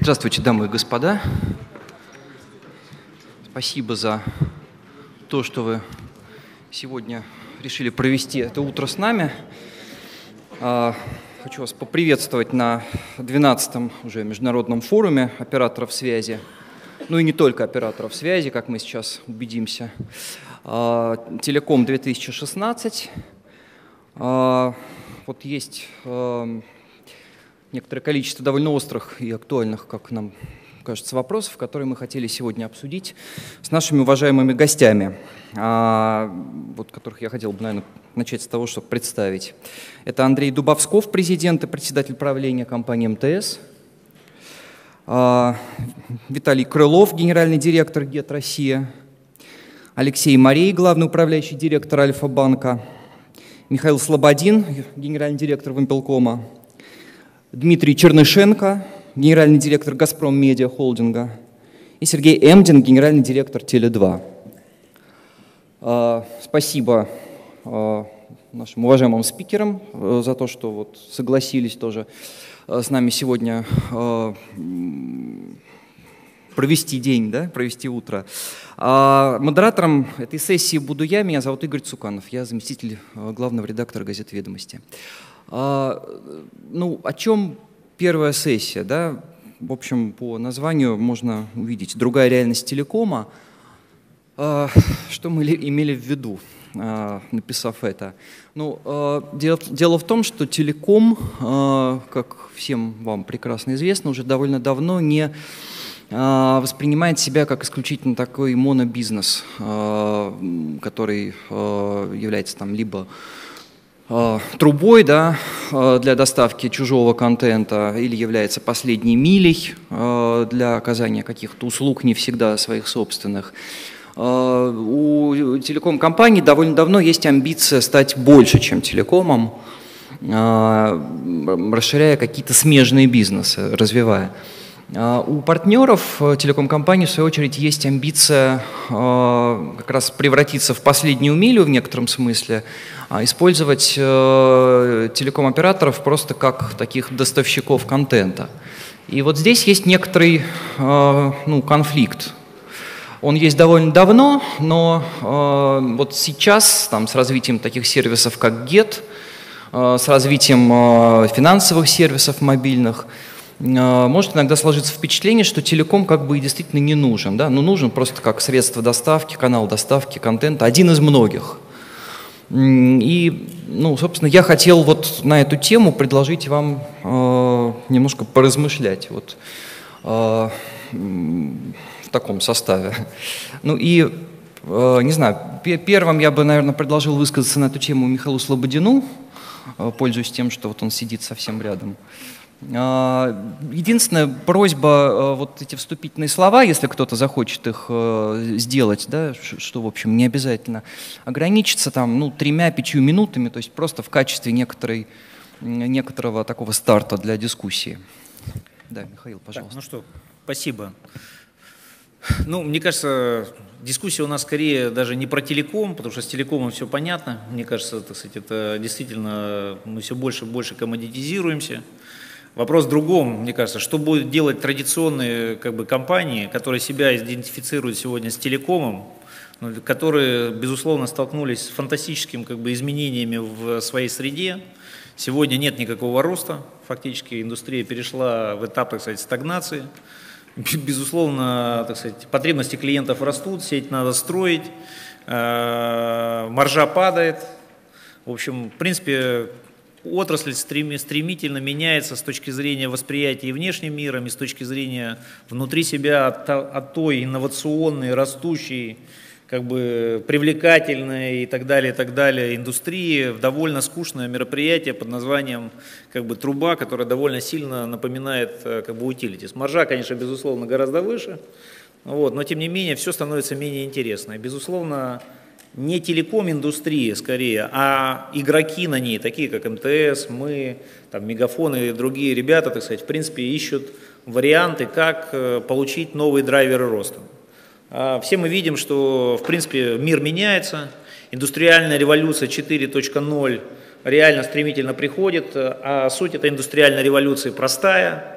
Здравствуйте, дамы и господа. Спасибо за то, что вы сегодня решили провести это утро с нами. Хочу вас поприветствовать на 12-м уже международном форуме операторов связи. Ну и не только операторов связи, как мы сейчас убедимся. Телеком 2016. Вот есть некоторое количество довольно острых и актуальных, как нам кажется, вопросов, которые мы хотели сегодня обсудить с нашими уважаемыми гостями, вот которых я хотел бы, наверное, начать с того, чтобы представить. Это Андрей Дубовсков, президент и председатель правления компании МТС. Виталий Крылов, генеральный директор ГЕТ Россия. Алексей Морей, главный управляющий директор Альфа-банка. Михаил Слободин, генеральный директор Вимпелкома. Дмитрий Чернышенко, генеральный директор «Газпром Медиа Холдинга», и Сергей Эмдин, генеральный директор «Теле2». Спасибо нашим уважаемым спикерам за то, что вот согласились тоже с нами сегодня провести день, да, провести утро. Модератором этой сессии буду я, меня зовут Игорь Цуканов, я заместитель главного редактора газеты «Ведомости». Ну, о чем первая сессия, да? В общем, по названию можно увидеть «Другая реальность телекома». Что мы имели в виду, написав это? Ну, дело в том, что телеком, как всем вам прекрасно известно, уже довольно давно не воспринимает себя как исключительно такой монобизнес, который является там либо трубой, да, для доставки чужого контента или является последней милей для оказания каких-то услуг, не всегда своих собственных. У телеком-компаний довольно давно есть амбиция стать больше, чем телекомом, расширяя какие-то смежные бизнесы, развивая. У партнеров телеком-компаний, в свою очередь, есть амбиция как раз превратиться в последнюю милю в некотором смысле, использовать телеком-операторов просто как таких доставщиков контента. И вот здесь есть некоторый конфликт. Он есть довольно давно, но вот сейчас там, с развитием таких сервисов, как ГЕТ, с развитием финансовых сервисов мобильных, может иногда сложиться впечатление, что телеком как бы и действительно не нужен. Да? Но нужен просто как средство доставки, канал доставки контента, один из многих. И, собственно, я хотел вот на эту тему предложить вам немножко поразмышлять вот, в таком составе. Ну и, не знаю, первым я бы, наверное, предложил высказаться на эту тему Михаилу Слободину, пользуясь тем, что вот он сидит совсем рядом. Единственная просьба, вот эти вступительные слова, если кто-то захочет их сделать, да, что, в общем, не обязательно, ограничиться там, 3-5 минутами, то есть просто в качестве некоторого такого старта для дискуссии. Да, Михаил, пожалуйста. Так, ну что, спасибо. Мне кажется, дискуссия у нас скорее даже не про телеком, потому что с телекомом все понятно. Мне кажется, так сказать, это действительно мы все больше и больше коммодитизируемся. Вопрос в другом, мне кажется, что будут делать традиционные компании, которые себя идентифицируют сегодня с телекомом, которые, безусловно, столкнулись с фантастическими изменениями в своей среде. Сегодня нет никакого роста, фактически индустрия перешла в этап, так сказать, стагнации. Безусловно, так сказать, потребности клиентов растут, сеть надо строить, маржа падает. В общем, в принципе, отрасль стремительно меняется с точки зрения восприятия и внешним миром, и с точки зрения внутри себя от той инновационной, растущей, привлекательной и так далее индустрии в довольно скучное мероприятие под названием труба, которая довольно сильно напоминает утилитис. Маржа, конечно, безусловно, гораздо выше, но тем не менее все становится менее интересно. И, безусловно, не телеком-индустрия скорее, а игроки на ней, такие как МТС, мы, Мегафон и другие ребята, так сказать, в принципе, ищут варианты, как получить новые драйверы роста. Все мы видим, что, в принципе, мир меняется, индустриальная революция 4.0 реально стремительно приходит, а суть этой индустриальной революции простая.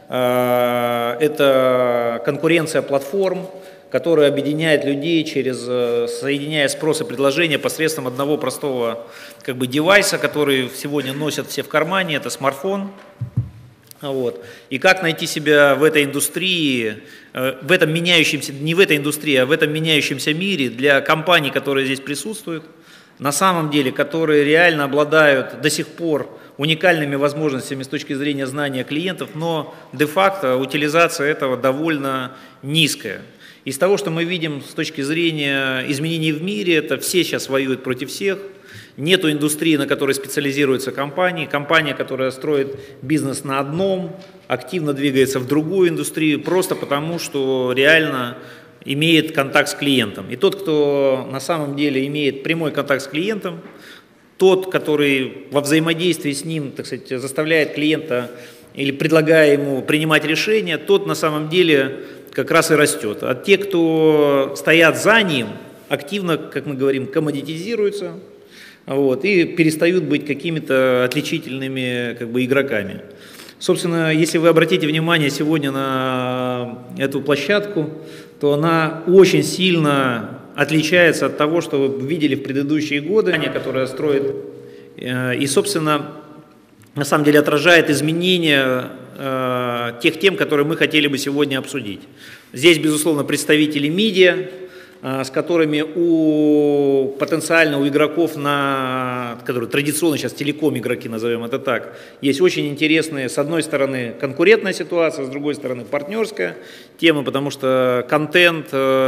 это конкуренция платформ, которая объединяет людей соединяя спрос и предложение посредством одного простого девайса, который сегодня носят все в кармане, это смартфон. Вот. И как найти себя в этой индустрии, в этом меняющемся, не в этой индустрии, а в этом меняющемся мире для компаний, которые здесь присутствуют, на самом деле, которые реально обладают до сих пор уникальными возможностями с точки зрения знания клиентов, но де-факто утилизация этого довольно низкая. Из того, что мы видим с точки зрения изменений в мире, это все сейчас воюют против всех. Нету индустрии, на которой специализируются компании. Компания, которая строит бизнес на одном, активно двигается в другую индустрию, просто потому, что реально имеет контакт с клиентом. И тот, кто на самом деле имеет прямой контакт с клиентом, тот, который во взаимодействии с ним, так сказать, заставляет клиента или предлагая ему принимать решения, тот на самом деле как раз и растет. А те, кто стоят за ним, активно, как мы говорим, коммодитизируются, вот, и перестают быть какими-то отличительными игроками. Собственно, если вы обратите внимание сегодня на эту площадку, то она очень сильно отличается от того, что вы видели в предыдущие годы, которая строит, и, собственно, на самом деле отражает изменения тех тем, которые мы хотели бы сегодня обсудить. Здесь, безусловно, представители медиа, с которыми потенциально у игроков, которые традиционно сейчас телеком игроки, назовем это так, есть очень интересные, с одной стороны, конкурентная ситуация, с другой стороны, партнерская тема, потому что контент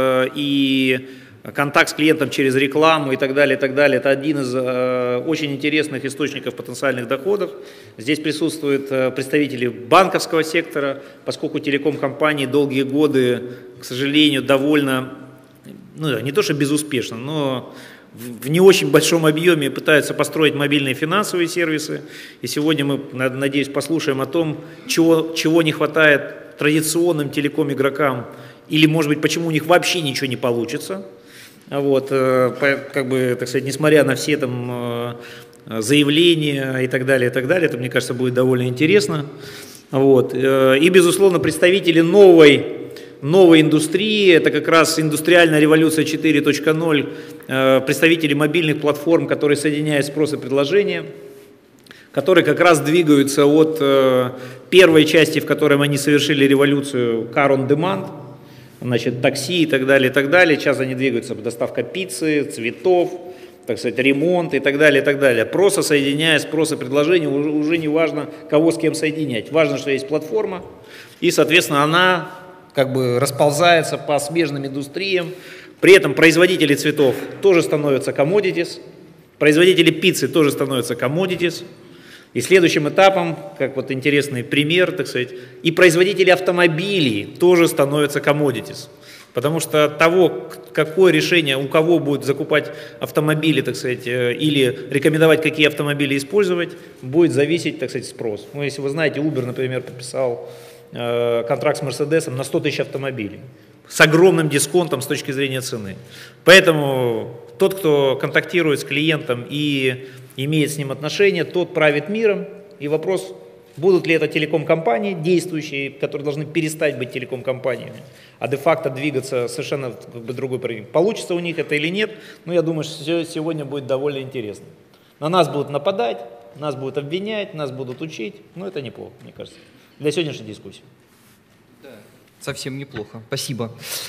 и контакт с клиентом через рекламу и так далее, это один из очень интересных источников потенциальных доходов. Здесь присутствуют представители банковского сектора, поскольку телеком-компании долгие годы, к сожалению, довольно, не то что безуспешно, но в не очень большом объеме пытаются построить мобильные финансовые сервисы. И сегодня мы, надеюсь, послушаем о том, чего не хватает традиционным телеком-игрокам, или, может быть, почему у них вообще ничего не получится. Вот, так сказать, несмотря на все там заявления и так далее, это, мне кажется, будет довольно интересно. Вот. И, безусловно, представители новой индустрии, это как раз индустриальная революция 4.0, представители мобильных платформ, которые соединяют спрос и предложение, которые как раз двигаются от первой части, в которой они совершили революцию Car on Demand, значит, такси и так далее, Сейчас они двигаются по доставке пиццы, цветов, так сказать, ремонт и так далее. Просто соединяя спрос и предложение, уже не важно, кого с кем соединять. Важно, что есть платформа, и, соответственно, она расползается по смежным индустриям. При этом производители цветов тоже становятся commodities, производители пиццы тоже становятся commodities. И следующим этапом, как интересный пример, так сказать, и производители автомобилей тоже становятся commodities. Потому что от того, какое решение, у кого будет закупать автомобили, так сказать, или рекомендовать, какие автомобили использовать, будет зависеть, так сказать, спрос. Если вы знаете, Uber, например, подписал контракт с Мерседесом на 100 тысяч автомобилей с огромным дисконтом с точки зрения цены. Поэтому тот, кто контактирует с клиентом и имеет с ним отношения, тот правит миром. И вопрос, будут ли это телеком-компании действующие, которые должны перестать быть телеком-компаниями, а де-факто двигаться совершенно другой парадигме. Получится у них это или нет, я думаю, что сегодня будет довольно интересно. На нас будут нападать, нас будут обвинять, нас будут учить, это неплохо, мне кажется, для сегодняшней дискуссии. Совсем неплохо, спасибо.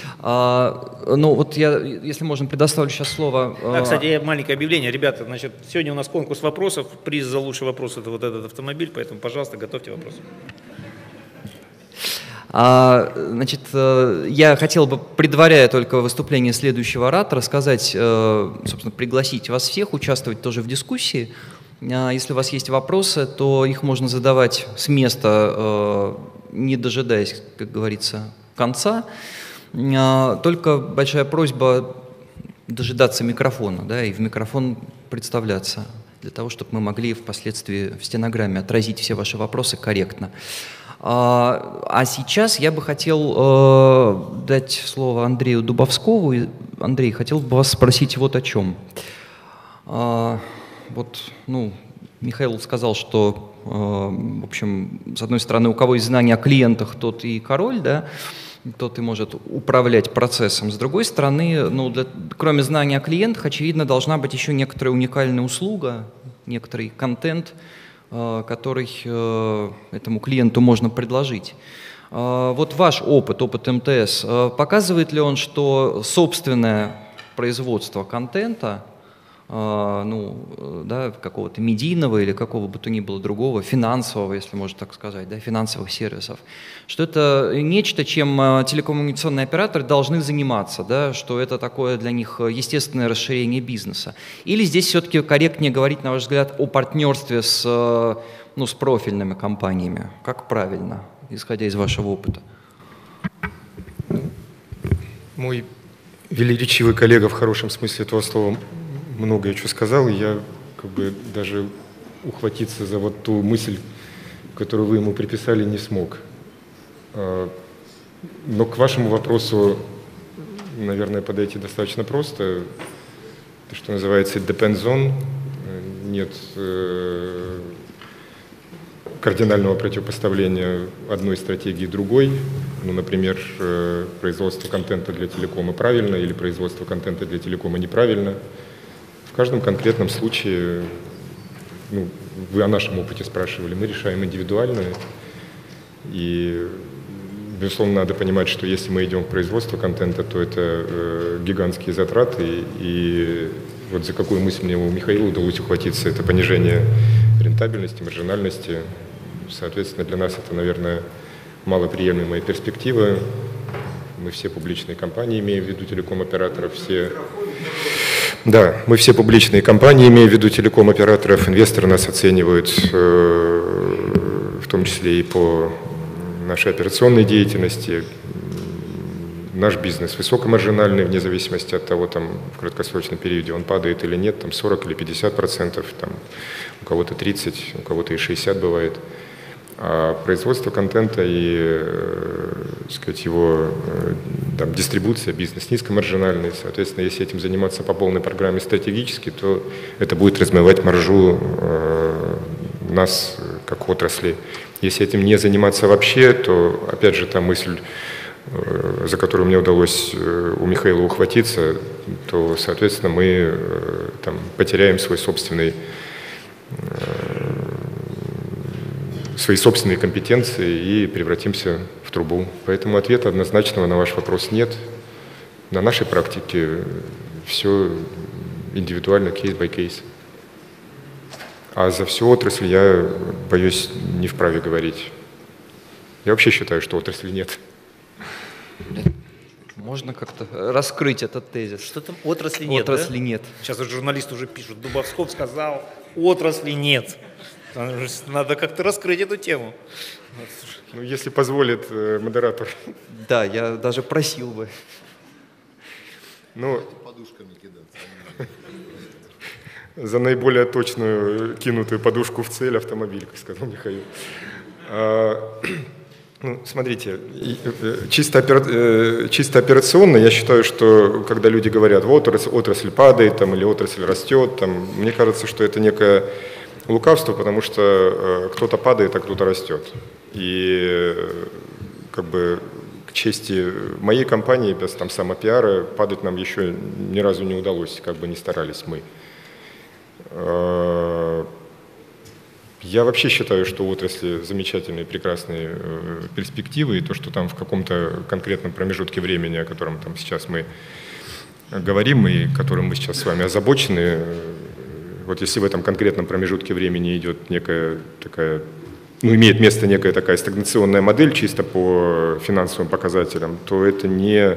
Я, если можно, предоставлю сейчас слово. Кстати, маленькое объявление. Ребята, значит, сегодня у нас конкурс вопросов. Приз за лучший вопрос – это этот автомобиль, поэтому, пожалуйста, готовьте вопросы. Я хотел бы, предваряя только выступление следующего оратора, сказать, собственно, пригласить вас всех участвовать тоже в дискуссии. Если у вас есть вопросы, то их можно задавать с места, не дожидаясь, как говорится, конца. Только большая просьба дожидаться микрофона, и в микрофон представляться, для того, чтобы мы могли впоследствии в стенограмме отразить все ваши вопросы корректно. А сейчас я бы хотел дать слово Андрею Дубовскову. Андрей, хотел бы вас спросить вот о чем. Михаил сказал, что, в общем, с одной стороны, у кого есть знания о клиентах, тот и король, да, тот и может управлять процессом. С другой стороны, ну, кроме знания о клиентах, очевидно, должна быть еще некоторая уникальная услуга, некоторый контент, который этому клиенту можно предложить. Вот ваш опыт МТС, показывает ли он, что собственное производство контента, ну, да, какого-то медийного или какого бы то ни было другого, финансового, если можно так сказать, да, финансовых сервисов, что это нечто, чем телекоммуникационные операторы должны заниматься, да, что это такое для них естественное расширение бизнеса? Или здесь все-таки корректнее говорить, на ваш взгляд, о партнерстве с, ну, с профильными компаниями? Как правильно, исходя из вашего опыта? Мой велеречивый коллега в хорошем смысле этого слова многое что сказал, и я как бы даже ухватиться за вот ту мысль, которую вы ему приписали, не смог. Но к вашему вопросу, наверное, подойти достаточно просто. То, что называется it depends on, нет кардинального противопоставления одной стратегии другой. Ну, например, производство контента для телекома правильно или производство контента для телекома неправильно. В каждом конкретном случае, ну, вы о нашем опыте спрашивали, мы решаем индивидуально. И, безусловно, надо понимать, что если мы идем в производство контента, то это гигантские затраты. И вот за какую мысль мне у Михаила удалось ухватиться, это понижение рентабельности, маржинальности. Соответственно, для нас это, наверное, малоприемлемая перспектива. Мы все публичные компании, имеем в виду телеком-операторов, все... Да, мы все публичные компании, имея в виду телеком-операторов, инвесторы нас оценивают, в том числе и по нашей операционной деятельности. Наш бизнес высокомаржинальный, вне зависимости от того, там, в краткосрочном периоде он падает или нет, там 40 или 50%, там, у кого-то 30%, у кого-то и 60% бывает. А производство контента и, сказать, его там, дистрибуция, бизнес низкомаржинальный. Соответственно, если этим заниматься по полной программе стратегически, то это будет размывать маржу нас как отрасли. Если этим не заниматься вообще, то, опять же, та мысль, за которую мне удалось у Михаила ухватиться, то, соответственно, мы там, потеряем свои собственные компетенции и превратимся в трубу. Поэтому ответа однозначного на ваш вопрос нет. На нашей практике все индивидуально, кейс-бай-кейс. А за всю отрасль я, боюсь, не вправе говорить. Я вообще считаю, что отрасли нет. Можно как-то раскрыть этот тезис? Что там? Отрасли нет, Отрасли да? нет. Сейчас журналисты уже пишут, Дубовсков сказал, отрасли нет. Надо как-то раскрыть эту тему. Ну, если позволит модератор. Да, я даже просил бы. Ну, подушками кидаться. За наиболее точную кинутую подушку в цель автомобиль, как сказал Михаил. Ну, смотрите, чисто операционно я считаю, что когда люди говорят, вот отрасль падает там, или отрасль растет, там, мне кажется, что это некое лукавство, потому что кто-то падает, а кто-то растет. И как бы к чести моей компании, без там самопиара, падать нам еще ни разу не удалось, как бы ни старались мы. Я вообще считаю, что у отрасли замечательные, прекрасные перспективы, и то, что там в каком-то конкретном промежутке времени, о котором там сейчас мы говорим, и которым мы сейчас с вами озабочены, вот если в этом конкретном промежутке времени идет некая такая, ну, имеет место некая такая стагнационная модель чисто по финансовым показателям, то это не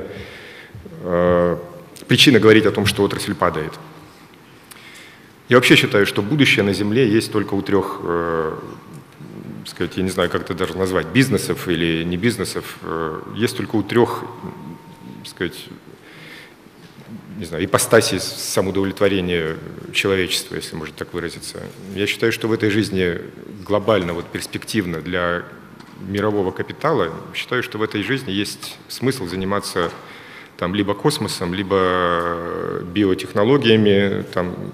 причина говорить о том, что отрасль падает. Я вообще считаю, что будущее на Земле есть только у трех, сказать, я не знаю, как это даже назвать, бизнесов или не бизнесов, есть только у трех, сказать, не знаю, ипостасей самоудовлетворения человечества, если можно так выразиться. Я считаю, что в этой жизни глобально, вот перспективно для мирового капитала, считаю, что в этой жизни есть смысл заниматься там либо космосом, либо биотехнологиями, там,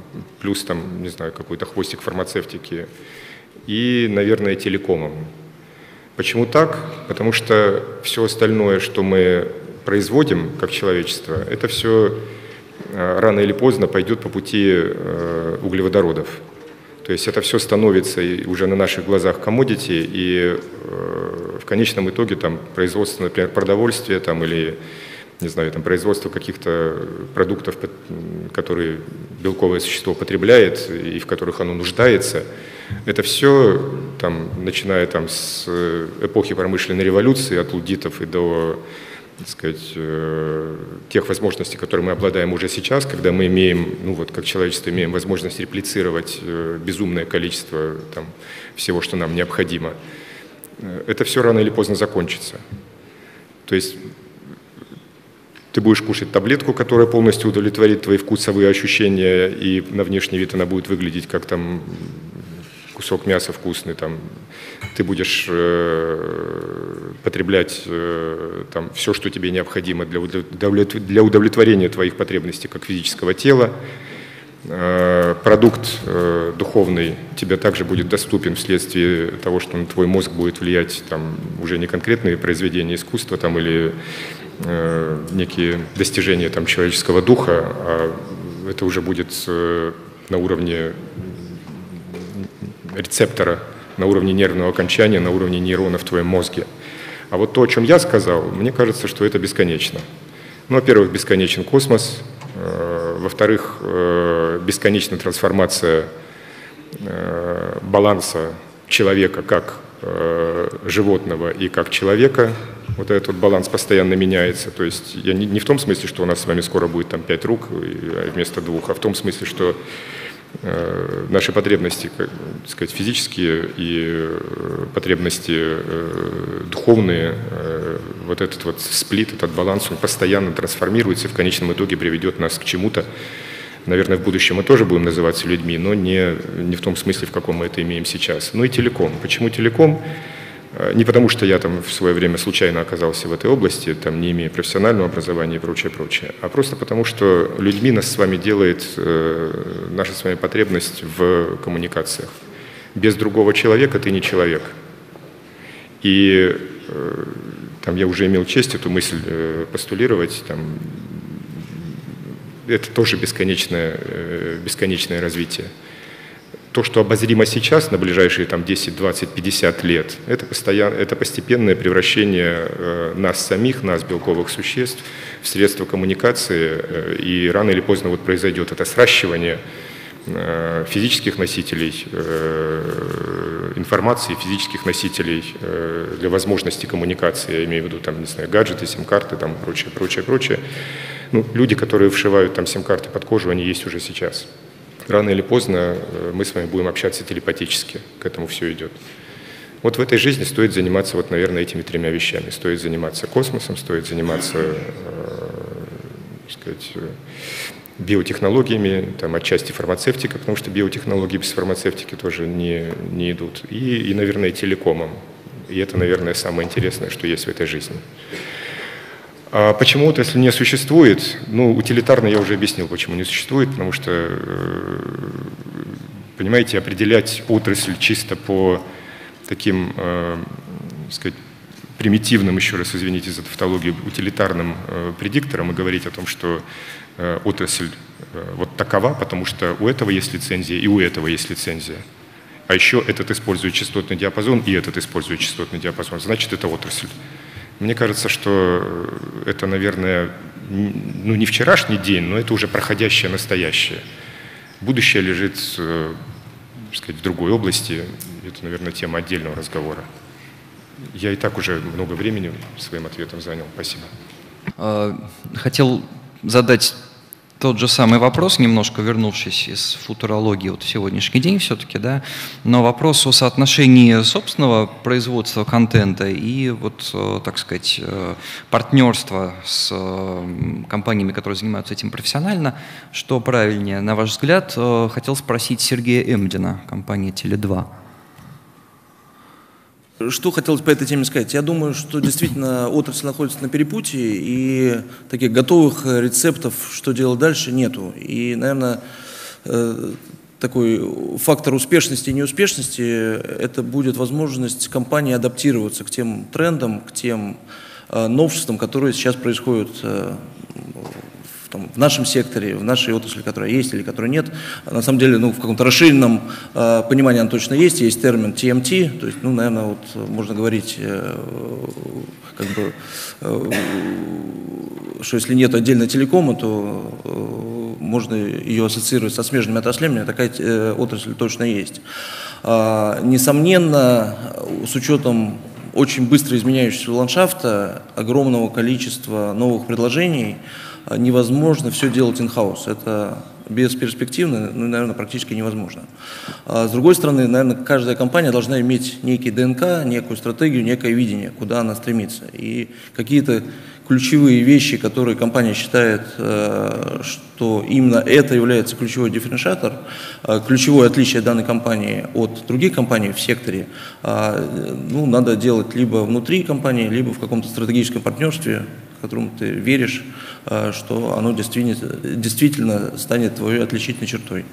плюс там, не знаю, какой-то хвостик фармацевтики и, наверное, телекомом. Почему так? Потому что все остальное, что мы производим как человечество, это все рано или поздно пойдет по пути углеводородов. То есть это все становится уже на наших глазах commodity, и в конечном итоге там производство, например, продовольствия там, или, не знаю, там, производство каких-то продуктов, которые белковое существо потребляет и в которых оно нуждается, это все, там, начиная там, с эпохи промышленной революции, от луддитов и до, так сказать, тех возможностей, которые мы обладаем уже сейчас, когда мы имеем, ну вот как человечество имеем возможность реплицировать безумное количество там, всего, что нам необходимо, это все рано или поздно закончится. То есть ты будешь кушать таблетку, которая полностью удовлетворит твои вкусовые ощущения, и на внешний вид она будет выглядеть как там кусок мяса вкусный, там, ты будешь потреблять там, все, что тебе необходимо для удовлетворения твоих потребностей как физического тела. Продукт духовный тебе также будет доступен вследствие того, что на твой мозг будет влиять там, уже не конкретные произведения искусства там, или некие достижения там, человеческого духа, а это уже будет на уровне рецептора, на уровне нервного окончания, на уровне нейронов в твоем мозге. А вот то, о чем я сказал, мне кажется, что это бесконечно. Ну, во-первых, бесконечен космос, во-вторых, бесконечна трансформация баланса человека как животного и как человека. Вот этот баланс постоянно меняется. То есть я не в том смысле, что у нас с вами скоро будет там 5 рук вместо 2, а в том смысле, что наши потребности, так сказать, физические и потребности духовные, вот этот вот сплит, этот баланс, он постоянно трансформируется и в конечном итоге приведет нас к чему-то. Наверное, в будущем мы тоже будем называться людьми, но не в том смысле, в каком мы это имеем сейчас. Ну и телеком. Почему телеком? Не потому, что я там в свое время случайно оказался в этой области, там, не имея профессионального образования и прочее, а просто потому, что людьми нас с вами делает наша с вами потребность в коммуникациях. Без другого человека ты не человек. И там, я уже имел честь эту мысль постулировать, там, это тоже бесконечное развитие. То, что обозримо сейчас на ближайшие там, 10, 20, 50 лет, это постепенное превращение нас самих, нас, белковых существ, в средства коммуникации, и рано или поздно вот произойдет это сращивание физических носителей информации, физических носителей для возможности коммуникации, я имею в виду там, не знаю, гаджеты, сим-карты, там, прочее. Ну, люди, которые вшивают там сим-карты под кожу, они есть уже сейчас. Рано или поздно мы с вами будем общаться телепатически, к этому все идет. Вот в этой жизни стоит заниматься, вот, наверное, этими 3 вещами. Стоит заниматься космосом, стоит заниматься, так сказать, биотехнологиями, там, отчасти фармацевтика, потому что биотехнологии без фармацевтики тоже не идут. И, наверное, телекомом. И это, наверное, самое интересное, что есть в этой жизни. А почему отрасль не существует? Ну, утилитарно я уже объяснил, почему не существует, потому что, понимаете, определять отрасль чисто по таким, сказать, примитивным, еще раз извините за тавтологию, утилитарным предикторам и говорить о том, что отрасль вот такова, потому что у этого есть лицензия и у этого есть лицензия. А еще этот использует частотный диапазон и этот использует частотный диапазон. Значит, это отрасль. Мне кажется, что это, наверное, ну, не вчерашний день, но это уже проходящее настоящее. Будущее лежит, так сказать, в другой области. Это, наверное, тема отдельного разговора. Я и так уже много времени своим ответом занял. Спасибо. Хотел задать тот же самый вопрос, немножко вернувшись из футурологии вот в сегодняшний день все-таки, да, но вопрос о соотношении собственного производства контента и вот, так сказать, партнерства с компаниями, которые занимаются этим профессионально, что правильнее, на ваш взгляд, хотел спросить Сергея Эмдина, компания Теле2. Что хотелось по этой теме сказать? Я думаю, что действительно отрасль находится на перепутье, и таких готовых рецептов, что делать дальше, нету. И, наверное, такой фактор успешности и неуспешности, это будет возможность компании адаптироваться к тем трендам, к тем новшествам, которые сейчас происходят в нашем секторе, в нашей отрасли, которая есть или которая нет. На самом деле, в каком-то расширенном понимании она точно есть термин TMT, то есть, наверное, вот можно говорить, что если нет отдельно телекома, то можно ее ассоциировать со смежными отраслями, такая отрасль точно есть. Несомненно, с учетом очень быстро изменяющегося ландшафта, огромного количества новых предложений, невозможно все делать in-house. Это бесперспективно, наверное, практически невозможно. С другой стороны, наверное, каждая компания должна иметь некий ДНК, некую стратегию, некое видение, куда она стремится. И какие-то ключевые вещи, которые компания считает, что именно это является ключевой дифференциатор, ключевое отличие данной компании от других компаний в секторе, надо делать либо внутри компании, либо в каком-то стратегическом партнерстве, в котором ты веришь, что оно действительно станет твоей отличительной чертой.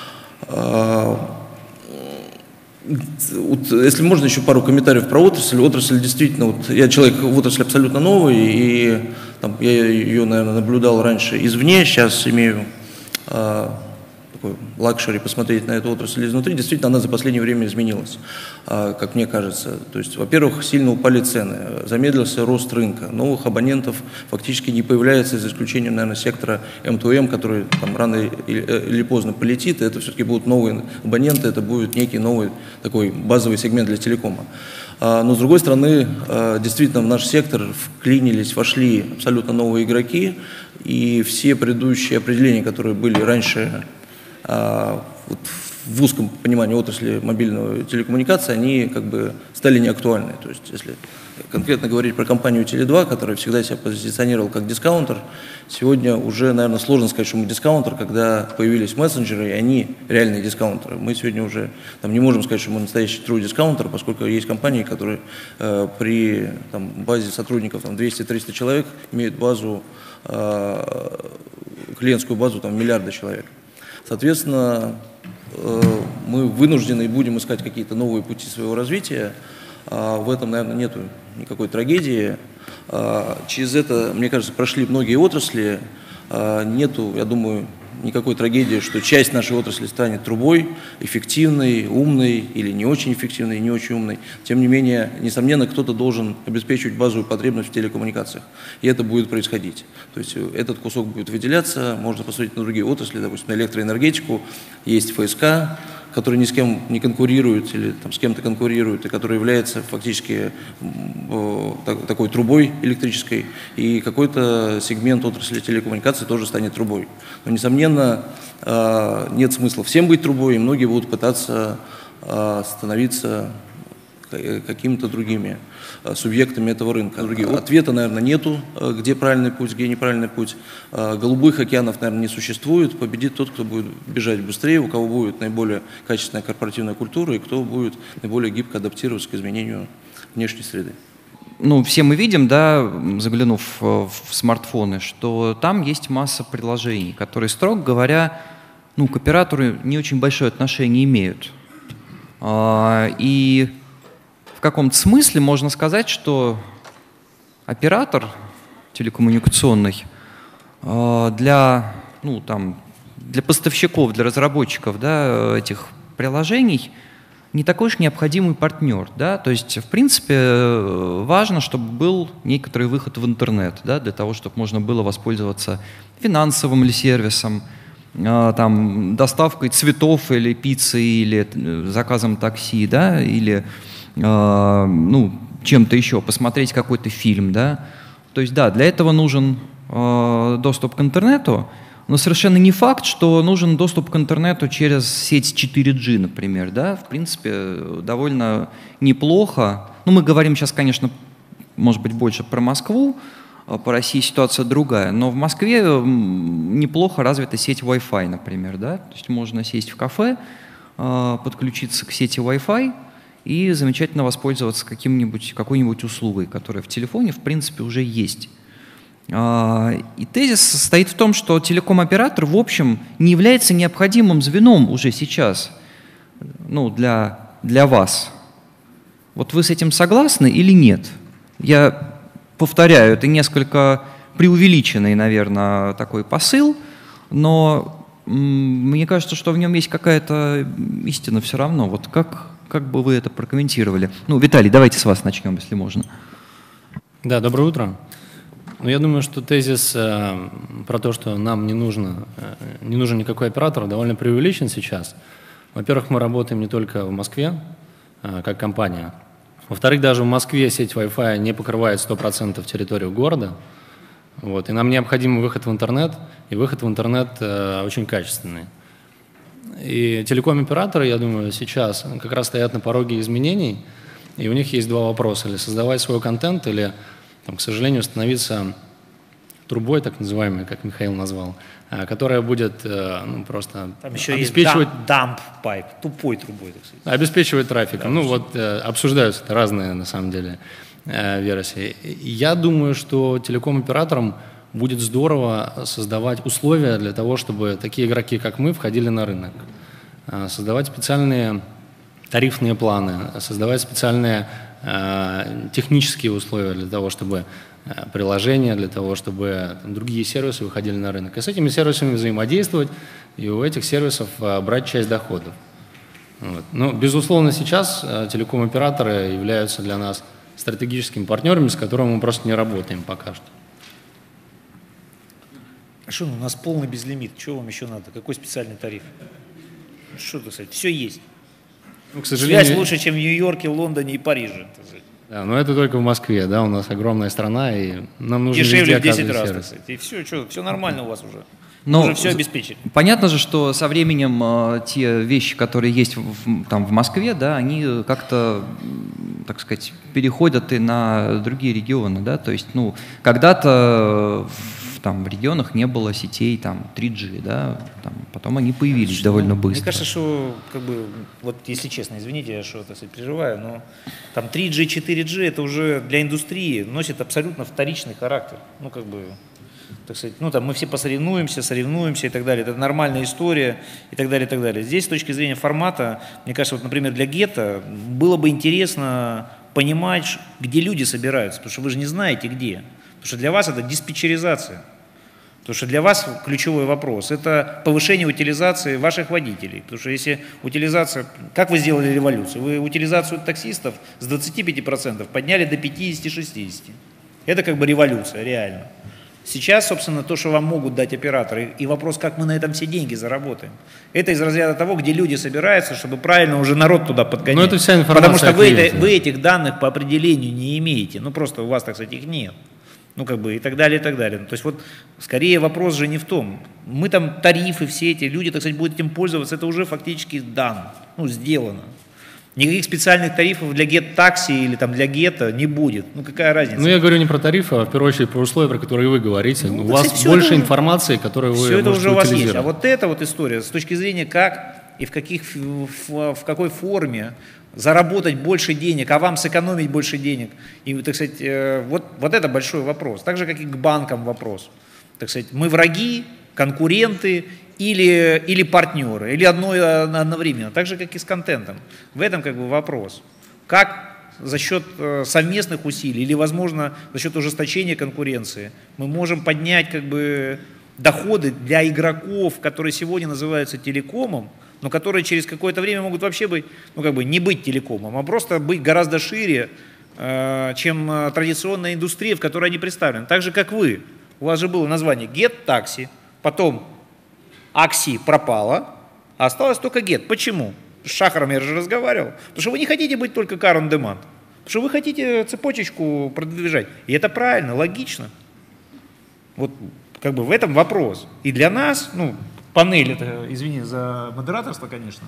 Если можно, еще пару комментариев про отрасль. Отрасль действительно, я человек в отрасли абсолютно новый, и я ее, наверное, наблюдал раньше извне, сейчас имею такой лакшери посмотреть на эту отрасль изнутри. Действительно, она за последнее время изменилась, как мне кажется. То есть, во-первых, сильно упали цены, замедлился рост рынка, новых абонентов фактически не появляется, за исключением, наверное, сектора M2M, который рано или поздно полетит, и это все-таки будут новые абоненты, это будет некий новый такой базовый сегмент для телекома. Но, с другой стороны, действительно, в наш сектор вошли абсолютно новые игроки, и все предыдущие определения, которые были раньше в узком понимании отрасли мобильной телекоммуникации, они стали неактуальны. То есть, если конкретно говорить про компанию Теле2, которая всегда себя позиционировала как дискаунтер, сегодня уже, наверное, сложно сказать, что мы дискаунтер, когда появились мессенджеры, и они реальные дискаунтеры. Мы сегодня уже не можем сказать, что мы настоящий true дискаунтер, поскольку есть компании, которые при базе сотрудников 200-300 человек имеют клиентскую базу миллиарда человек. Соответственно, мы вынуждены и будем искать какие-то новые пути своего развития. В этом, наверное, нет никакой трагедии. Через это, мне кажется, прошли многие отрасли. Нету, я думаю, никакой трагедии, что часть нашей отрасли станет трубой, эффективной, умной или не очень эффективной, не очень умной. Тем не менее, несомненно, кто-то должен обеспечивать базовую потребность в телекоммуникациях. И это будет происходить. То есть этот кусок будет выделяться, можно посмотреть на другие отрасли, допустим, на электроэнергетику, есть ФСК, который ни с кем не конкурирует или с кем-то конкурирует, и который является фактически такой трубой электрической, и какой-то сегмент отрасли телекоммуникаций тоже станет трубой. Но, несомненно, нет смысла всем быть трубой, и многие будут пытаться становиться какими-то другими субъектами этого рынка. Ответа, наверное, нету, где правильный путь, где неправильный путь. Голубых океанов, наверное, не существует. Победит тот, кто будет бежать быстрее, у кого будет наиболее качественная корпоративная культура и кто будет наиболее гибко адаптироваться к изменению внешней среды. Все мы видим, заглянув в смартфоны, что там есть масса приложений, которые, строго говоря, к оператору не очень большое отношение имеют. И в каком-то смысле можно сказать, что оператор телекоммуникационный для поставщиков, для разработчиков этих приложений не такой уж необходимый партнер. То есть, в принципе, важно, чтобы был некоторый выход в интернет, для того, чтобы можно было воспользоваться финансовым ли сервисом, доставкой цветов или пиццы, или заказом такси, или чем-то еще, посмотреть какой-то фильм. То есть, для этого нужен доступ к интернету, но совершенно не факт, что нужен доступ к интернету через сеть 4G, например. В принципе, довольно неплохо. Мы говорим сейчас, конечно, может быть, больше про Москву, по России ситуация другая, но в Москве неплохо развита сеть Wi-Fi, например. То есть можно сесть в кафе, подключиться к сети Wi-Fi и замечательно воспользоваться какой-нибудь услугой, которая в телефоне, в принципе, уже есть. И тезис состоит в том, что телеком-оператор, в общем, не является необходимым звеном уже сейчас, ну, для вас. Вот вы с этим согласны или нет? Я повторяю, это несколько преувеличенный, наверное, такой посыл, но мне кажется, что в нем есть какая-то истина все равно. Вот как бы вы это прокомментировали? Ну, Виталий, давайте с вас начнем, если можно. Да, доброе утро. Ну, я думаю, что тезис про то, что нам не нужен никакой оператор, довольно преувеличен сейчас. Во-первых, мы работаем не только в Москве, как компания. Во-вторых, даже в Москве сеть Wi-Fi не покрывает 100% территорию города. Вот, и нам необходим выход в интернет, и выход в интернет очень качественный. И телеком-операторы, я думаю, сейчас как раз стоят на пороге изменений, и у них есть два вопроса: или создавать свой контент, или, там, к сожалению, становиться трубой, так называемой, как Михаил назвал, которая будет просто там еще обеспечивать... есть dump pipe, тупой трубой, так сказать. Обеспечивать трафиком. Да, ну вот обсуждаются разные, на самом деле, версии. Я думаю, что телеком-операторам будет здорово создавать условия для того, чтобы такие игроки, как мы, входили на рынок. Создавать специальные тарифные планы, создавать специальные технические условия для того, чтобы приложения, для того, чтобы другие сервисы выходили на рынок. И с этими сервисами взаимодействовать, и у этих сервисов брать часть доходов. Вот. Но, безусловно, сейчас телеком-операторы являются для нас стратегическими партнерами, с которыми мы просто не работаем пока что. Что, у нас полный безлимит, что вам еще надо? Какой специальный тариф? Что, так сказать, все есть. Ну, к сожалению, связь лучше, чем в Нью-Йорке, Лондоне и Париже. Да, но это только в Москве, да, у нас огромная страна, и нам нужно дешевле везде в 10 раз, сервис. и все нормально у вас уже. Но уже все обеспечили. Понятно же, что со временем те вещи, которые есть в Москве, да, они как-то, так сказать, переходят и на другие регионы, да, то есть, ну, когда-то в регионах не было сетей 3G, да, потом они появились довольно быстро. Мне кажется, что, вот если честно, извините, я что, так сказать, переживаю, но 3G, 4G это уже для индустрии носит абсолютно вторичный характер. Так сказать, мы все соревнуемся и так далее. Это нормальная история и так далее, и так далее. Здесь, с точки зрения формата, мне кажется, вот, например, для Гетто было бы интересно понимать, где люди собираются, потому что вы же не знаете, где. Потому что для вас это диспетчеризация. Потому что для вас ключевой вопрос – это повышение утилизации ваших водителей. Потому что если утилизация… Как вы сделали революцию? Вы утилизацию таксистов с 25% подняли до 50-60%. Это революция, реально. Сейчас, собственно, то, что вам могут дать операторы, и вопрос, как мы на этом все деньги заработаем. Это из разряда того, где люди собираются, чтобы правильно уже народ туда подгонять. Но это вся информация. Потому что вы этих данных по определению не имеете. Просто у вас, так сказать, их нет. И так далее, и так далее. То есть вот скорее вопрос же не в том. Мы тарифы все эти, люди, так сказать, будут этим пользоваться, это уже фактически сделано. Никаких специальных тарифов для Get-такси или для Гетто не будет. Какая разница? Я говорю не про тарифы, а в первую очередь про условия, про которые вы говорите. У вас больше информации, которую вы можете утилизировать. Все это уже у вас есть. А вот эта вот история с точки зрения как и в какой форме заработать больше денег, а вам сэкономить больше денег. И, так сказать, вот это большой вопрос. Так же, как и к банкам вопрос. Так сказать, мы враги, конкуренты или партнеры, или одновременно. Так же, как и с контентом. В этом вопрос. Как за счет совместных усилий или, возможно, за счет ужесточения конкуренции мы можем поднять доходы для игроков, которые сегодня называются телекомом, но которые через какое-то время могут вообще быть, не быть телекомом, а просто быть гораздо шире, чем традиционная индустрия, в которой они представлены. Так же, как вы. У вас же было название Get-такси, потом Акси пропало, а осталось только Get. Почему? С Шахаром я же разговаривал. Потому что вы не хотите быть только car on demand. Потому что вы хотите цепочечку продвижать. И это правильно, логично. Вот в этом вопрос. И для нас, панель, это, извини за модераторство, конечно.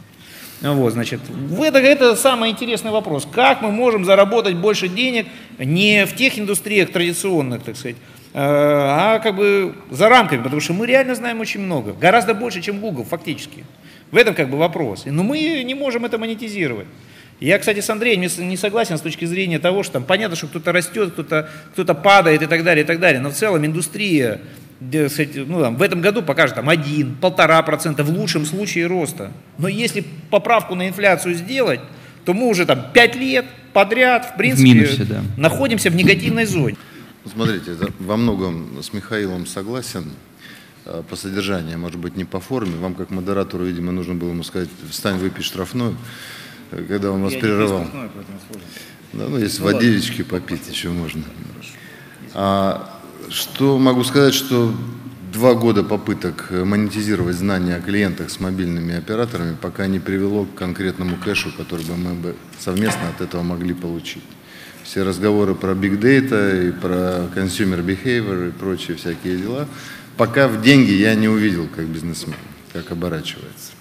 Это самый интересный вопрос. Как мы можем заработать больше денег не в тех индустриях традиционных, так сказать, а за рамками, потому что мы реально знаем очень много, гораздо больше, чем Google фактически. В этом вопрос. Но мы не можем это монетизировать. Я, кстати, с Андреем не согласен с точки зрения того, что там понятно, что кто-то растет, кто-то падает и так далее, но в целом индустрия в этом году покажет 1–1,5% в лучшем случае роста. Но если поправку на инфляцию сделать, то мы уже 5 лет подряд, в принципе, минусе, да, находимся в негативной зоне. Смотрите, во многом с Михаилом согласен. По содержанию, может быть, не по форме. Вам, как модератору, видимо, нужно было ему сказать: встань, выпей штрафную, когда он вас прерывал. Да, если водички попить еще можно. Что могу сказать, что 2 года попыток монетизировать знания о клиентах с мобильными операторами пока не привело к конкретному кэшу, который бы мы совместно от этого могли получить. Все разговоры про big data и про consumer behavior и прочие всякие дела, пока в деньги я не увидел как бизнесмен, как оборачивается.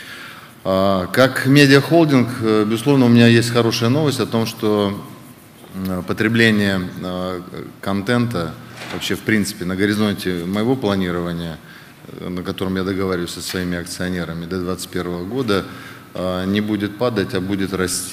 Как медиахолдинг, безусловно, у меня есть хорошая новость о том, что потребление контента вообще, в принципе, на горизонте моего планирования, на котором я договариваюсь со своими акционерами до 2021 года, не будет падать, а будет расти.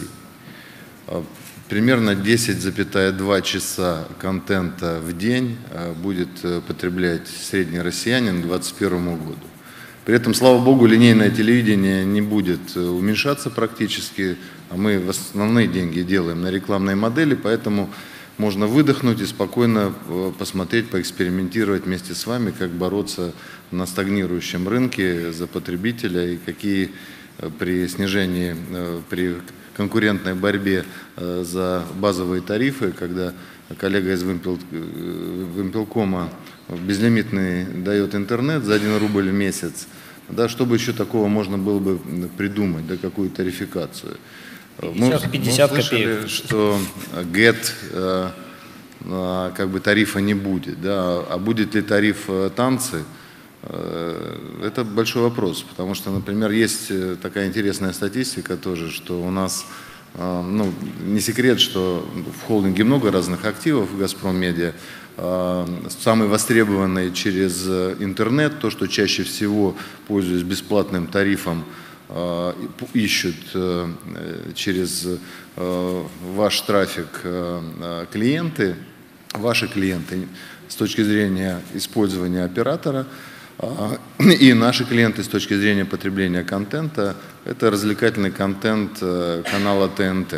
Примерно 10,2 часа контента в день будет потреблять средний россиянин к 2021 году. При этом, слава богу, линейное телевидение не будет уменьшаться практически, а мы основные деньги делаем на рекламной модели, поэтому можно выдохнуть и спокойно посмотреть, поэкспериментировать вместе с вами, как бороться на стагнирующем рынке за потребителя и какие при снижении, при конкурентной борьбе за базовые тарифы, когда коллега из Вимпелкома безлимитный дает интернет за 1 рубль в месяц, да, чтобы еще такого можно было бы придумать, да, какую тарификацию. 50 мы слышали, копеек. что GET как бы тарифа не будет, да, а будет ли тариф танцы? Это большой вопрос, потому что, например, есть такая интересная статистика тоже, что у нас, не секрет, что в холдинге много разных активов в «Газпром Медиа». Самый востребованный через интернет, то, что чаще всего, пользуясь бесплатным тарифом, ищут через ваш трафик клиенты, ваши клиенты с точки зрения использования оператора, и наши клиенты с точки зрения потребления контента – это развлекательный контент канала ТНТ.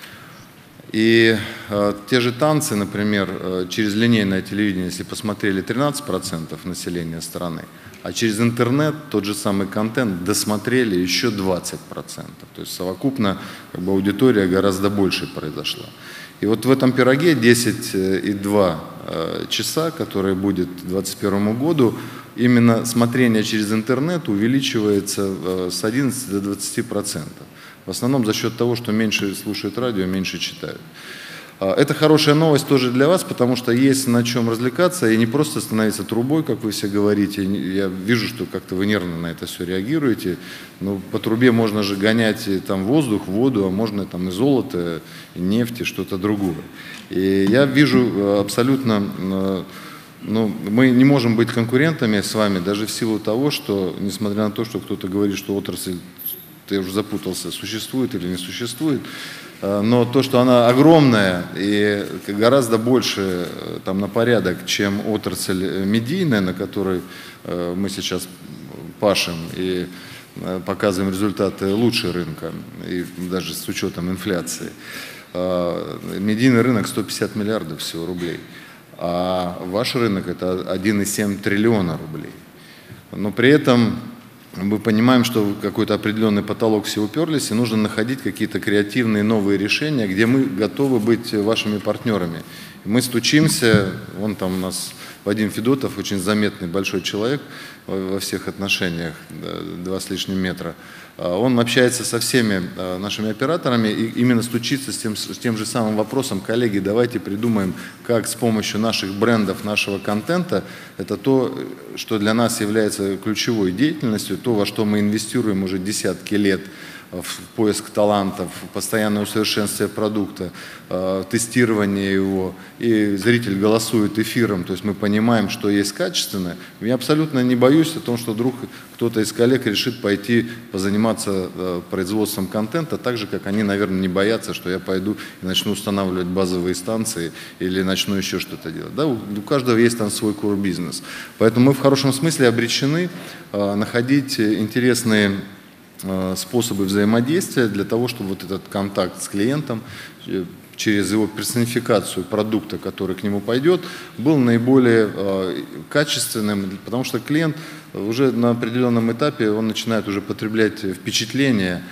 И те же танцы, например, через линейное телевидение, если посмотрели 13% населения страны, а через интернет тот же самый контент досмотрели еще 20%. То есть совокупно аудитория гораздо больше произошла. И вот в этом пироге 10,2 часа, который будет к 2021 году, именно смотрение через интернет увеличивается с 11 до 20%. В основном за счет того, что меньше слушают радио, меньше читают. Это хорошая новость тоже для вас, потому что есть на чем развлекаться и не просто становиться трубой, как вы все говорите. Я вижу, что как-то вы нервно на это все реагируете. Но по трубе можно же гонять и там воздух, воду, а можно там и золото, и нефть, и что-то другое. И я вижу абсолютно... мы не можем быть конкурентами с вами даже в силу того, что, несмотря на то, что кто-то говорит, что отрасль, я уже запутался, существует или не существует, но то, что она огромная и гораздо больше там, на порядок, чем отрасль медийная, на которой мы сейчас пашем и показываем результаты лучше рынка, и даже с учетом инфляции. Медийный рынок 150 миллиардов всего рублей, а ваш рынок это 1,7 триллиона рублей. Но при этом мы понимаем, что в какой-то определенный потолок все уперлись, и нужно находить какие-то креативные новые решения, где мы готовы быть вашими партнерами. Мы стучимся, вон там у нас Вадим Федотов, очень заметный большой человек во всех отношениях, 2 с лишним метра. Он общается со всеми нашими операторами и именно стучится с тем же самым вопросом: коллеги, давайте придумаем, как с помощью наших брендов, нашего контента, это то, что для нас является ключевой деятельностью, то, во что мы инвестируем уже десятки лет, в поиск талантов, постоянное усовершенствование продукта, тестирование его, и зритель голосует эфиром, то есть мы понимаем, что есть качественное. Я абсолютно не боюсь боюсь о том, что вдруг кто-то из коллег решит пойти позаниматься производством контента, так же, как они, наверное, не боятся, что я пойду и начну устанавливать базовые станции или начну еще что-то делать. Да, у каждого есть там свой core-бизнес. Поэтому мы в хорошем смысле обречены находить интересные способы взаимодействия для того, чтобы вот этот контакт с клиентом через его персонификацию продукта, который к нему пойдет, был наиболее качественным, потому что клиент уже на определенном этапе он начинает уже потреблять впечатления,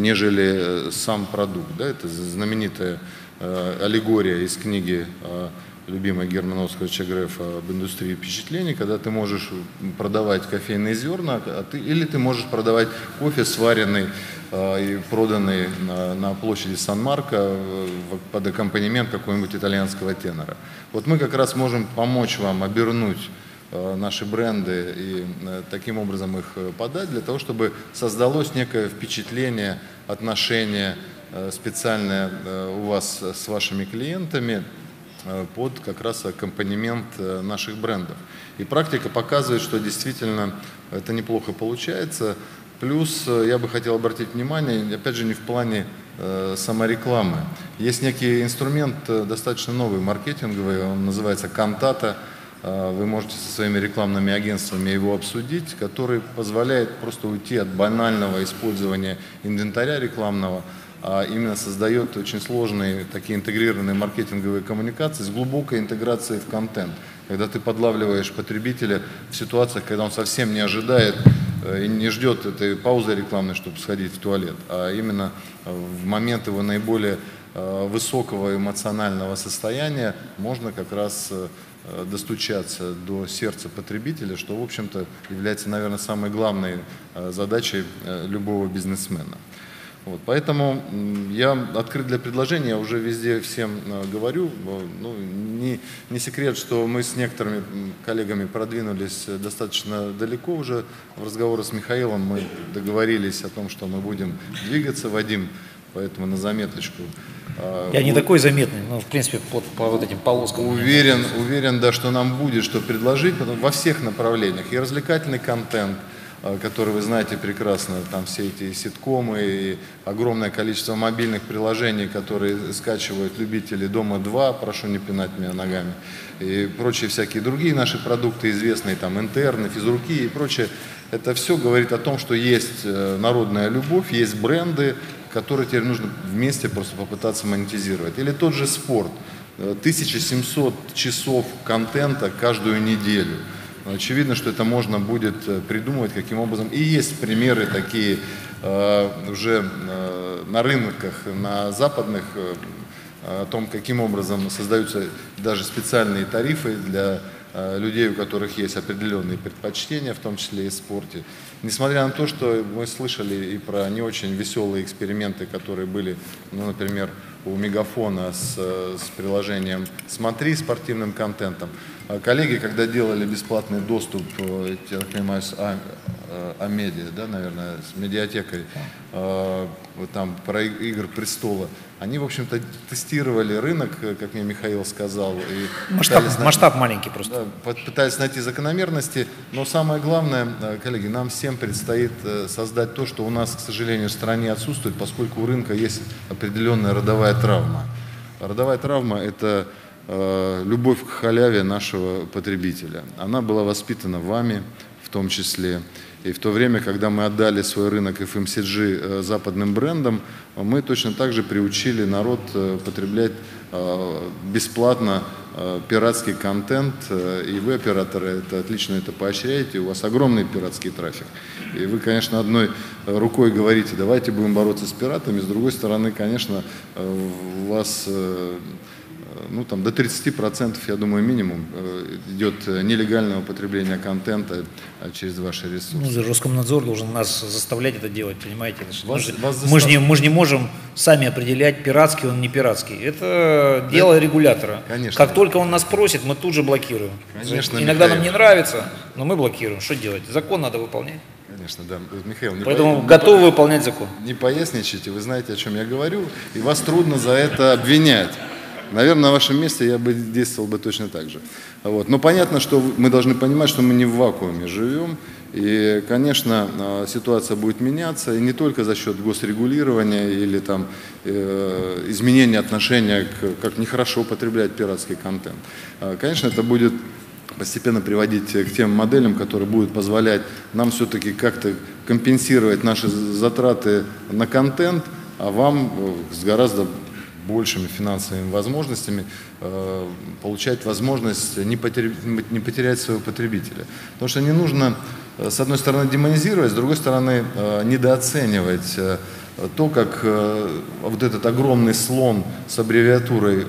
нежели сам продукт. Да? Это знаменитая аллегория из книги любимой Германа Оскаровича Грефа об индустрии впечатлений, когда ты можешь продавать кофейные зерна, или ты можешь продавать кофе, сваренный и проданный на площади Сан-Марко под аккомпанемент какого-нибудь итальянского тенора. Вот мы как раз можем помочь вам обернуть наши бренды и таким образом их подать, для того, чтобы создалось некое впечатление, отношение специальное у вас с вашими клиентами под как раз аккомпанемент наших брендов. И практика показывает, что действительно это неплохо получается. Плюс я бы хотел обратить внимание, опять же, не в плане саморекламы. Есть некий инструмент достаточно новый, маркетинговый, он называется «Кантата». Вы можете со своими рекламными агентствами его обсудить, который позволяет просто уйти от банального использования инвентаря рекламного, а именно создает очень сложные такие интегрированные маркетинговые коммуникации с глубокой интеграцией в контент. Когда ты подлавливаешь потребителя в ситуациях, когда он совсем не ожидает и не ждет этой паузы рекламной, чтобы сходить в туалет, а именно в момент его наиболее высокого эмоционального состояния можно как раз достучаться до сердца потребителя, что, в общем-то, является, наверное, самой главной задачей любого бизнесмена. Вот, поэтому я открыт для предложений, я уже везде всем говорю. Ну, не секрет, что мы с некоторыми коллегами продвинулись достаточно далеко уже. В разговоре с Михаилом мы договорились о том, что мы будем двигаться, Вадим, поэтому на заметочку. Я не такой заметный, но в принципе по вот этим полоскам. Уверен, да, что нам будет что предложить во всех направлениях. И развлекательный контент, который вы знаете прекрасно, там все эти ситкомы и огромное количество мобильных приложений, которые скачивают любители «Дома-2», прошу не пинать меня ногами, и прочие всякие другие наши продукты известные, там интерны, физруки и прочее. Это все говорит о том, что есть народная любовь, есть бренды, которые теперь нужно вместе просто попытаться монетизировать. Или тот же спорт. 1700 часов контента каждую неделю. Очевидно, что это можно будет придумывать каким образом. И есть примеры такие уже на рынках, на западных, о том, каким образом создаются даже специальные тарифы для людей, у которых есть определенные предпочтения, в том числе и в спорте. Несмотря на то, что мы слышали и про не очень веселые эксперименты, которые были, ну, например, у Мегафона с приложением «Смотри» спортивным контентом. Коллеги, когда делали бесплатный доступ, я так понимаю, с Амедиа, да, наверное, с медиатекой, там про «Игры престола», они, в общем-то, тестировали рынок, как мне Михаил сказал. И масштаб маленький просто. Да, пытались найти закономерности, но самое главное, коллеги, нам всем предстоит создать то, что у нас, к сожалению, в стране отсутствует, поскольку у рынка есть определенная родовая травма. Родовая травма – это любовь к халяве нашего потребителя. Она была воспитана вами в том числе. И в то время, когда мы отдали свой рынок FMCG западным брендам, мы точно так же приучили народ потреблять бесплатно пиратский контент. И вы, операторы, отлично это поощряете. У вас огромный пиратский трафик. И вы, конечно, одной рукой говорите, давайте будем бороться с пиратами. С другой стороны, конечно, у вас... Ну, там, до 30%, я думаю, минимум идет нелегального потребления контента через ваши ресурсы. Ну, Роскомнадзор должен нас заставлять это делать, понимаете? Мы же не можем сами определять, пиратский он, не пиратский. Это дело регулятора. Конечно. Как только он нас просит, мы тут же блокируем. Конечно, иногда нам не нравится, но мы блокируем. Что делать? Закон надо выполнять. Конечно, да. Михаил, поэтому готовы выполнять закон. Не поясничайте, вы знаете, о чем я говорю, и вас трудно за это обвинять. наверное, на вашем месте я бы действовал бы точно так же. Вот. Но понятно, что мы должны понимать, что мы не в вакууме живем. И, конечно, ситуация будет меняться, и не только за счет госрегулирования или там, изменения отношения к как нехорошо употреблять пиратский контент. Конечно, это будет постепенно приводить к тем моделям, которые будут позволять нам все-таки как-то компенсировать наши затраты на контент, а вам с гораздо большими финансовыми возможностями получать возможность не потерять своего потребителя. Потому что не нужно, с одной стороны, демонизировать, с другой стороны, недооценивать то, как вот этот огромный слон с аббревиатурой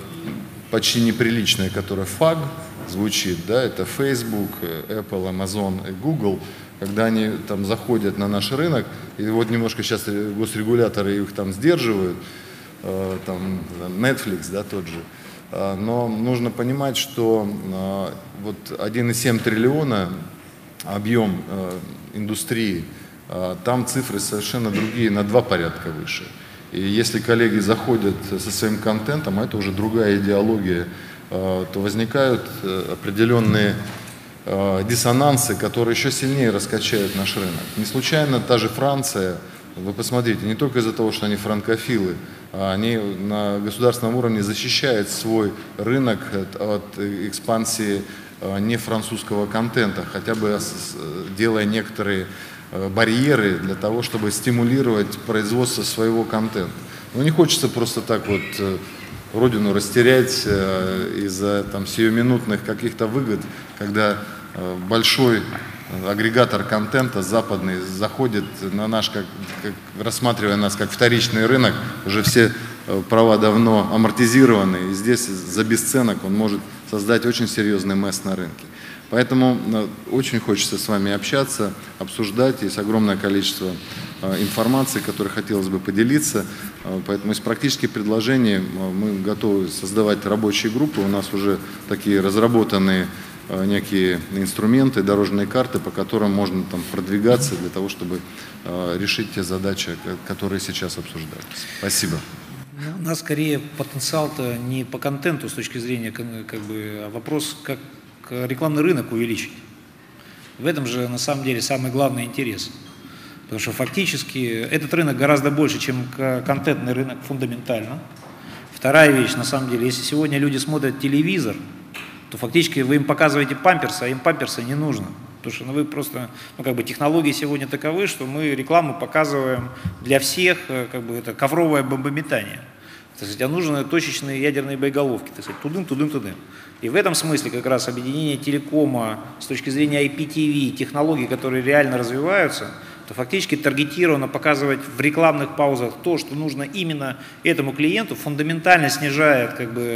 почти неприличной, которая FAG звучит, да, это Facebook, Apple, Amazon и Google, когда они там заходят на наш рынок, и вот немножко сейчас госрегуляторы их там сдерживают, там Netflix, да, тот же. Но нужно понимать, что вот 1,7 триллиона объем индустрии, там цифры совершенно другие, на 2 порядка выше. И если коллеги заходят со своим контентом, а это уже другая идеология, то возникают определенные диссонансы, которые еще сильнее раскачают наш рынок. Не случайно та же Франция, вы посмотрите, не только из-за того, что они франкофилы, а они на государственном уровне защищают свой рынок от экспансии не французского контента, хотя бы делая некоторые барьеры для того, чтобы стимулировать производство своего контента. Но не хочется просто так вот родину растерять из-за там сиюминутных каких-то выгод, когда большой агрегатор контента западный заходит на наш, рассматривая нас как вторичный рынок, уже все права давно амортизированы, и здесь за бесценок он может создать очень серьезный месс на рынке. Поэтому очень хочется с вами общаться, обсуждать, есть огромное количество информации, которой хотелось бы поделиться. Поэтому из практических предложений мы готовы создавать рабочие группы. У нас уже такие разработанные некие инструменты, дорожные карты, по которым можно там продвигаться для того, чтобы решить те задачи, которые сейчас обсуждаются. Спасибо. У нас скорее потенциал-то не по контенту с точки зрения, а вопрос, как рекламный рынок увеличить. В этом же на самом деле самый главный интерес. Потому что фактически этот рынок гораздо больше, чем контентный рынок фундаментально. Вторая вещь, на самом деле, если сегодня люди смотрят телевизор, то фактически вы им показываете памперсы, а им памперсы не нужно. Потому что вы просто, технологии сегодня таковы, что мы рекламу показываем для всех, это ковровое бомбометание. А нужны точечные ядерные боеголовки, тудым. И в этом смысле как раз объединение телекома с точки зрения IPTV, технологий, которые реально развиваются, то фактически таргетированно показывать в рекламных паузах то, что нужно именно этому клиенту, фундаментально снижает,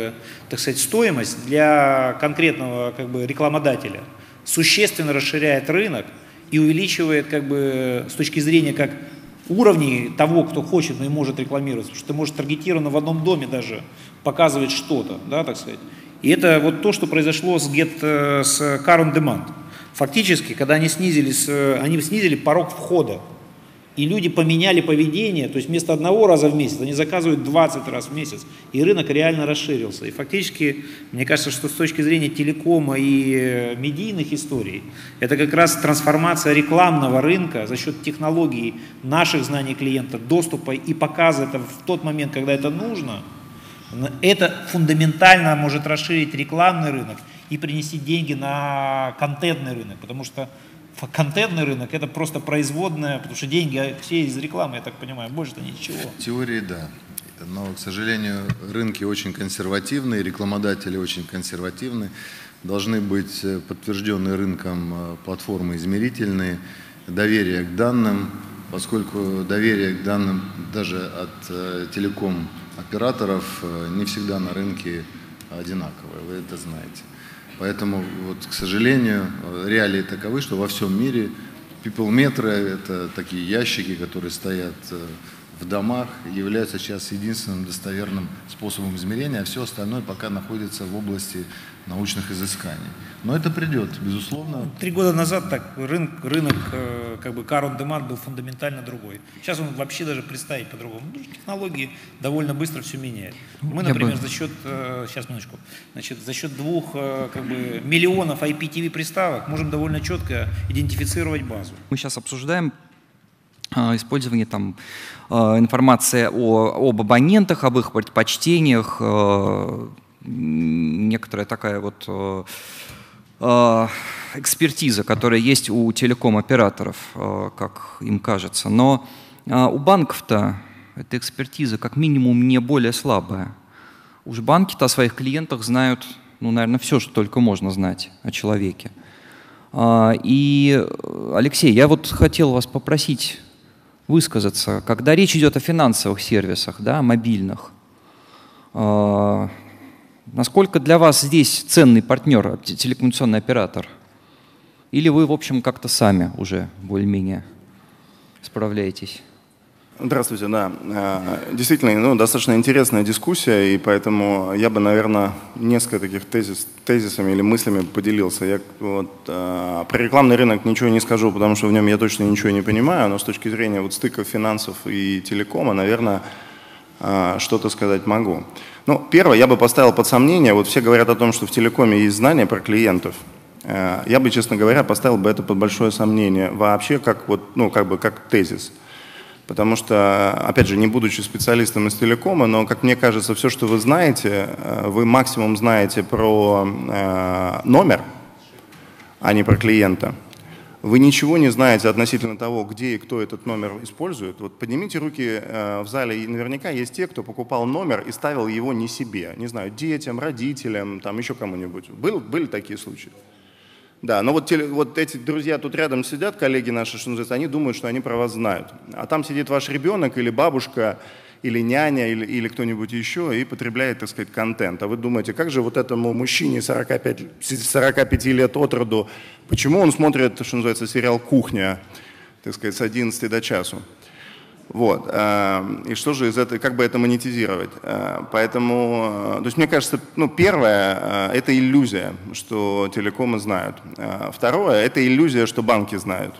стоимость для конкретного, рекламодателя, существенно расширяет рынок и увеличивает, с точки зрения как уровней того, кто хочет, но и может рекламироваться, потому что ты можешь таргетированно в одном доме даже показывать что-то, да, так сказать. И это вот то, что произошло с Car on Demand. Фактически, когда они снизили порог входа, и люди поменяли поведение, то есть вместо 1 раза в месяц они заказывают 20 раз в месяц, и рынок реально расширился. И фактически, мне кажется, что с точки зрения телекома и медийных историй, это как раз трансформация рекламного рынка за счет технологий наших знаний клиента, доступа и показа это в тот момент, когда это нужно. Это фундаментально может расширить рекламный рынок и принести деньги на контентный рынок, потому что контентный рынок это просто производная, потому что деньги все из рекламы, я так понимаю, больше-то ничего. В теории да, но, к сожалению, рынки очень консервативные, рекламодатели очень консервативны, должны быть подтверждены рынком платформы измерительные, доверие к данным, поскольку доверие к данным даже от телеком-операторов не всегда на рынке одинаковое, вы это знаете. Поэтому, к сожалению, реалии таковы, что во всем мире people-метры – это такие ящики, которые стоят в домах являются сейчас единственным достоверным способом измерения, а все остальное пока находится в области научных изысканий. Но это придет, безусловно. 3 года назад так рынок как бы car on demand был фундаментально другой. Сейчас он вообще даже представить по-другому. Технологии довольно быстро все меняют. Мы, например, за счет, сейчас минуточку, значит, за счет 2 как бы, миллионов IPTV приставок можем довольно четко идентифицировать базу. Мы сейчас обсуждаем использование там, информации об абонентах, об их предпочтениях, некоторая такая вот экспертиза, которая есть у телеком-операторов, как им кажется. Но у банков-то эта экспертиза как минимум не более слабая. Уж банки-то о своих клиентах знают, ну, наверное, все, что только можно знать о человеке. И, Алексей, я вот хотел вас попросить высказаться, когда речь идет о финансовых сервисах, да, мобильных. Насколько для вас здесь ценный партнер, телекоммуникационный оператор? Или вы, в общем, как-то сами уже более-менее справляетесь? Здравствуйте, да. Действительно, достаточно интересная дискуссия, и поэтому я бы, наверное, несколько таких тезисами или мыслями поделился. Я вот, про рекламный рынок ничего не скажу, потому что в нем я точно ничего не понимаю, но с точки зрения вот стыка финансов и телекома, наверное, что-то сказать могу. Ну, первое, я бы поставил под сомнение, вот все говорят о том, что в телекоме есть знания про клиентов. Я бы, честно говоря, поставил бы это под большое сомнение вообще, как, вот, ну, как бы, как тезис. Потому что, опять же, не будучи специалистом из телекома, но, как мне кажется, все, что вы знаете, вы максимум знаете про номер, а не про клиента. Вы ничего не знаете относительно того, где и кто этот номер использует. Вот поднимите руки в зале, и наверняка есть те, кто покупал номер и ставил его не себе. Не знаю, детям, родителям, там еще кому-нибудь. Были такие случаи? Да, но вот эти друзья тут рядом сидят, коллеги наши, что называется, они думают, что они про вас знают. А там сидит ваш ребенок или бабушка, или няня, или кто-нибудь еще и потребляет, так сказать, контент. А вы думаете, как же вот этому мужчине 45 лет от роду, почему он смотрит, что называется, сериал «Кухня», так сказать, с 11 до часу? Вот. И что же из этого, как бы это монетизировать? Поэтому, то есть мне кажется, ну, первое, это иллюзия, что телекомы знают. Второе, это иллюзия, что банки знают.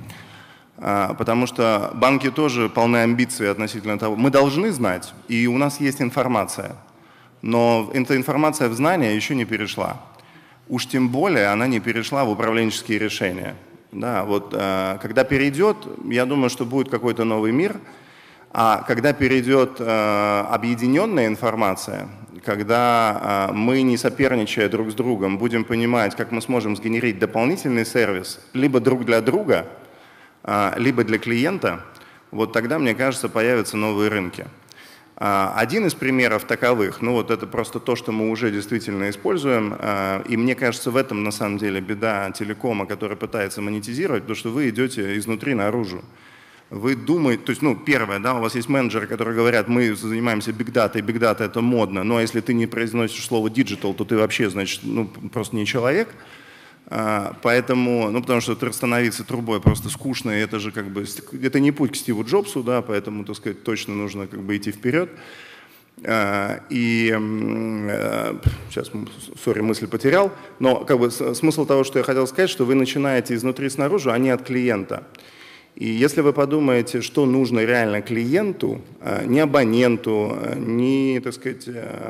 Потому что банки тоже полны амбиций относительно того. Мы должны знать, и у нас есть информация, но эта информация в знания еще не перешла. Уж тем более она не перешла в управленческие решения. Да, вот когда перейдет, я думаю, что будет какой-то новый мир, а когда перейдет объединенная информация, когда мы, не соперничая друг с другом, будем понимать, как мы сможем сгенерить дополнительный сервис либо друг для друга, либо для клиента, вот тогда, мне кажется, появятся новые рынки. Один из примеров таковых, ну вот это просто то, что мы уже действительно используем, и мне кажется, в этом на самом деле беда телекома, который пытается монетизировать, потому что вы идете изнутри наружу. Вы думаете, то есть, ну, первое, да, у вас есть менеджеры, которые говорят, мы занимаемся бигдатой, бигдата это модно, но если ты не произносишь слово digital, то ты вообще, значит, ну, просто не человек. Поэтому, ну, потому что становиться трубой просто скучно, и это же как бы, это не путь к Стиву Джобсу, да, поэтому, так сказать, точно нужно как бы идти вперед. И сейчас, сори, мысль потерял, но как бы смысл того, что я хотел сказать, что вы начинаете изнутри снаружи, а не от клиента. И если вы подумаете, что нужно реально клиенту, не абоненту, не, так сказать,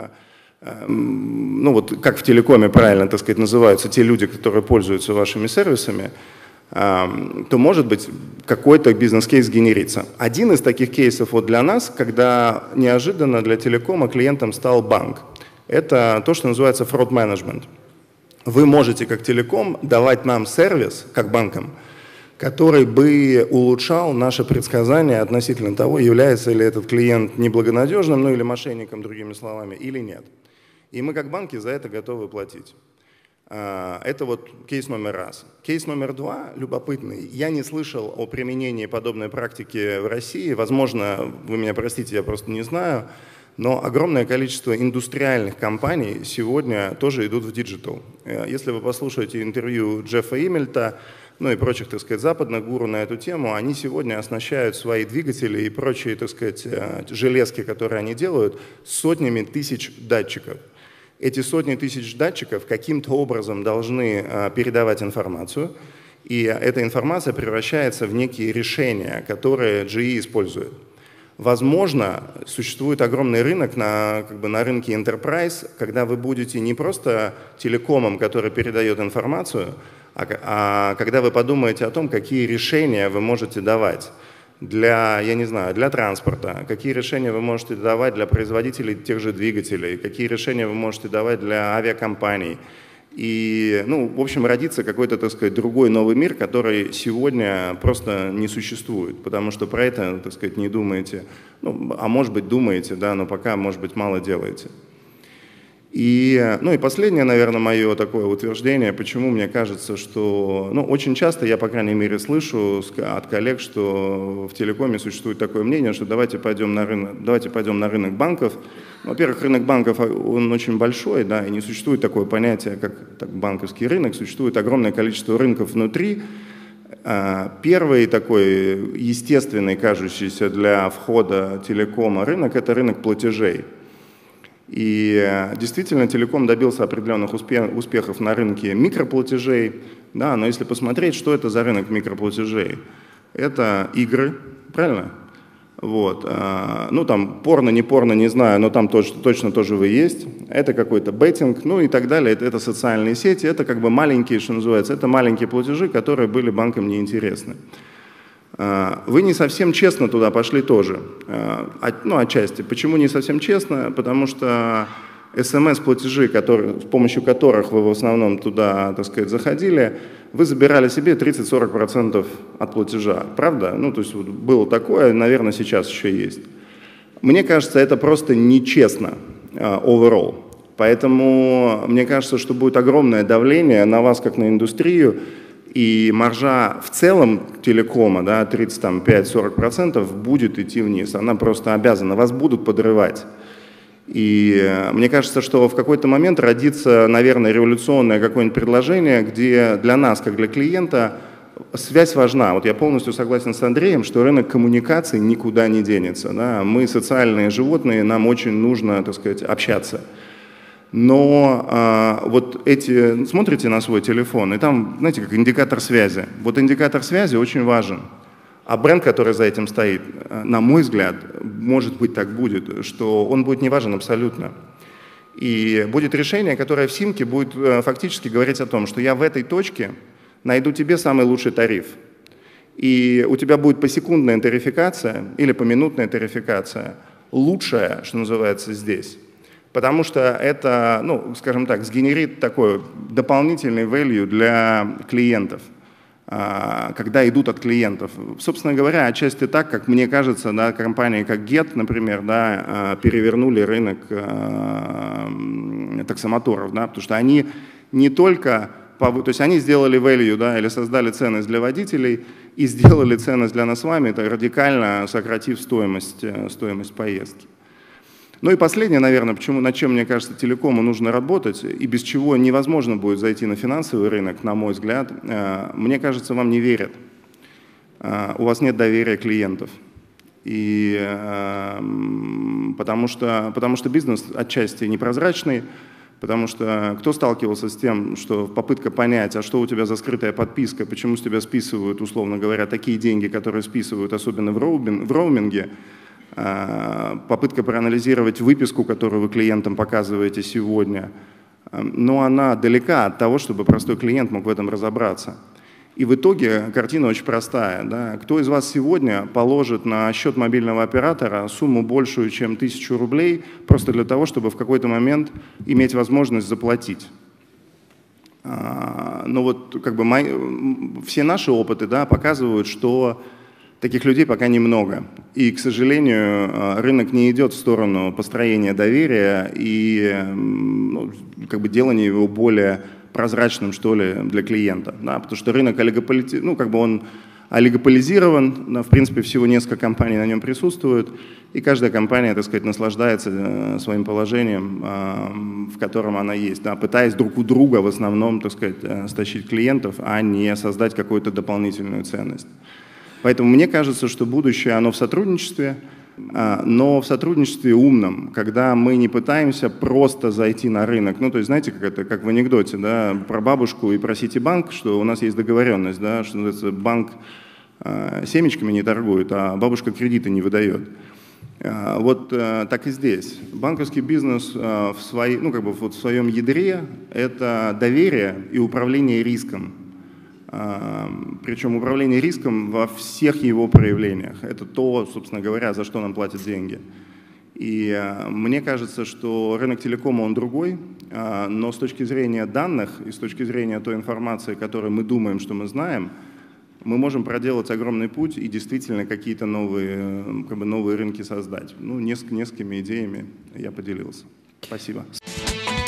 ну вот как в телекоме правильно, так сказать, называются те люди, которые пользуются вашими сервисами, то может быть какой-то бизнес-кейс генерится. Один из таких кейсов вот для нас, когда неожиданно для телекома клиентом стал банк. Это то, что называется fraud management. Вы можете как телеком давать нам сервис, как банкам, который бы улучшал наше предсказание относительно того, является ли этот клиент неблагонадежным, ну или мошенником, другими словами, или нет. И мы как банки за это готовы платить. Это вот кейс номер раз. Кейс номер два, любопытный. Я не слышал о применении подобной практики в России. Возможно, вы меня простите, я просто не знаю. Но огромное количество индустриальных компаний сегодня тоже идут в диджитал. Если вы послушаете интервью Джеффа Имельта, ну и прочих, так сказать, западных гуру на эту тему, они сегодня оснащают свои двигатели и прочие, так сказать, железки, которые они делают, сотнями тысяч датчиков. Эти сотни тысяч датчиков каким-то образом должны передавать информацию, и эта информация превращается в некие решения, которые GE использует. Возможно, существует огромный рынок на рынке Enterprise, когда вы будете не просто телекомом, который передает информацию, а когда вы подумаете о том, какие решения вы можете давать для, я не знаю, для транспорта, какие решения вы можете давать для производителей тех же двигателей, какие решения вы можете давать для авиакомпаний. И, ну, в общем, родится какой-то, так сказать, другой новый мир, который сегодня просто не существует, потому что про это, так сказать, не думаете, ну, а может быть думаете, да, но пока, может быть, мало делаете. И, ну, и последнее, наверное, мое такое утверждение, почему мне кажется, что, ну, очень часто я, по крайней мере, слышу от коллег, что в телекоме существует такое мнение, что давайте пойдем на рынок банков. Во-первых, рынок банков, он очень большой, да, и не существует такое понятие, как банковский рынок, существует огромное количество рынков внутри. Первый такой естественный, кажущийся для входа телекома рынок – это рынок платежей. И действительно, телеком добился определенных успехов на рынке микроплатежей, да, но если посмотреть, что это за рынок микроплатежей, это игры, правильно? Вот. Ну, там порно, не знаю, но там точно тоже вы есть. Это какой-то беттинг, ну и так далее. Это социальные сети, это как бы маленькие, что называется, это маленькие платежи, которые были банкам неинтересны. Вы не совсем честно туда пошли тоже, ну, отчасти. Почему не совсем честно? Потому что СМС-платежи, с помощью которых вы в основном туда, так сказать, заходили, вы забирали себе 30-40% от платежа, правда? Ну, то есть вот было такое, наверное, сейчас еще есть. Мне кажется, это просто нечестно overall. Поэтому мне кажется, что будет огромное давление на вас, как на индустрию, и маржа в целом телекома, да, 35-40% будет идти вниз. Она просто обязана, вас будут подрывать. И мне кажется, что в какой-то момент родится, наверное, революционное какое-нибудь предложение, где для нас, как для клиента, связь важна. Вот я полностью согласен с Андреем, что рынок коммуникаций никуда не денется. Да? Мы социальные животные, нам очень нужно, так сказать, общаться. Но вот смотрите на свой телефон, и там, знаете, как индикатор связи. Вот индикатор связи очень важен. А бренд, который за этим стоит, на мой взгляд, может быть так будет, что он будет не важен абсолютно. И будет решение, которое в симке будет фактически говорить о том, что я в этой точке найду тебе самый лучший тариф. И у тебя будет посекундная тарификация или поминутная тарификация, лучшая, что называется, здесь. Потому что это, ну, скажем так, сгенерит такой дополнительный value для клиентов, когда идут от клиентов. Собственно говоря, отчасти так, как мне кажется, да, компании как Get, например, да, перевернули рынок таксомоторов, да, потому что они не только, то есть они сделали value, да, или создали ценность для водителей и сделали ценность для нас с вами, это радикально сократив стоимость поездки. Ну и последнее, наверное, над чем, мне кажется, телекому нужно работать, и без чего невозможно будет зайти на финансовый рынок, на мой взгляд, мне кажется, вам не верят. У вас нет доверия клиентов. И, потому что бизнес отчасти непрозрачный, потому что кто сталкивался с тем, что попытка понять, а что у тебя за скрытая подписка, почему с тебя списывают, условно говоря, такие деньги, которые списывают, особенно в роуминге, попытка проанализировать выписку, которую вы клиентам показываете сегодня, но она далека от того, чтобы простой клиент мог в этом разобраться. И в итоге картина очень простая. Да? Кто из вас сегодня положит на счет мобильного оператора сумму большую, чем 1000 рублей, просто для того, чтобы в какой-то момент иметь возможность заплатить? Ну вот как бы все наши опыты, да, показывают, что таких людей пока немного. И, к сожалению, рынок не идет в сторону построения доверия и как бы делания его более прозрачным, что ли, для клиента. Да? Потому что рынок олигополитизм, ну, как бы он олигополизирован, в принципе, всего несколько компаний на нем присутствуют, и каждая компания, так сказать, наслаждается своим положением, в котором она есть, да, пытаясь друг у друга в основном, так сказать, стащить клиентов, а не создать какую-то дополнительную ценность. Поэтому мне кажется, что будущее, оно в сотрудничестве, но в сотрудничестве умном, когда мы не пытаемся просто зайти на рынок. Ну, то есть, знаете, как в анекдоте, да, про бабушку и про Ситибанк, что у нас есть договоренность, да, что банк семечками не торгует, а бабушка кредиты не выдает. Вот так и здесь. Банковский бизнес в своем ядре – это доверие и управление риском. Причем управление риском во всех его проявлениях. Это то, собственно говоря, за что нам платят деньги. И мне кажется, что рынок телекома, он другой, но с точки зрения данных и с точки зрения той информации, которую мы думаем, что мы знаем, мы можем проделать огромный путь и действительно какие-то новые рынки создать. Ну, несколькими идеями я поделился. Спасибо.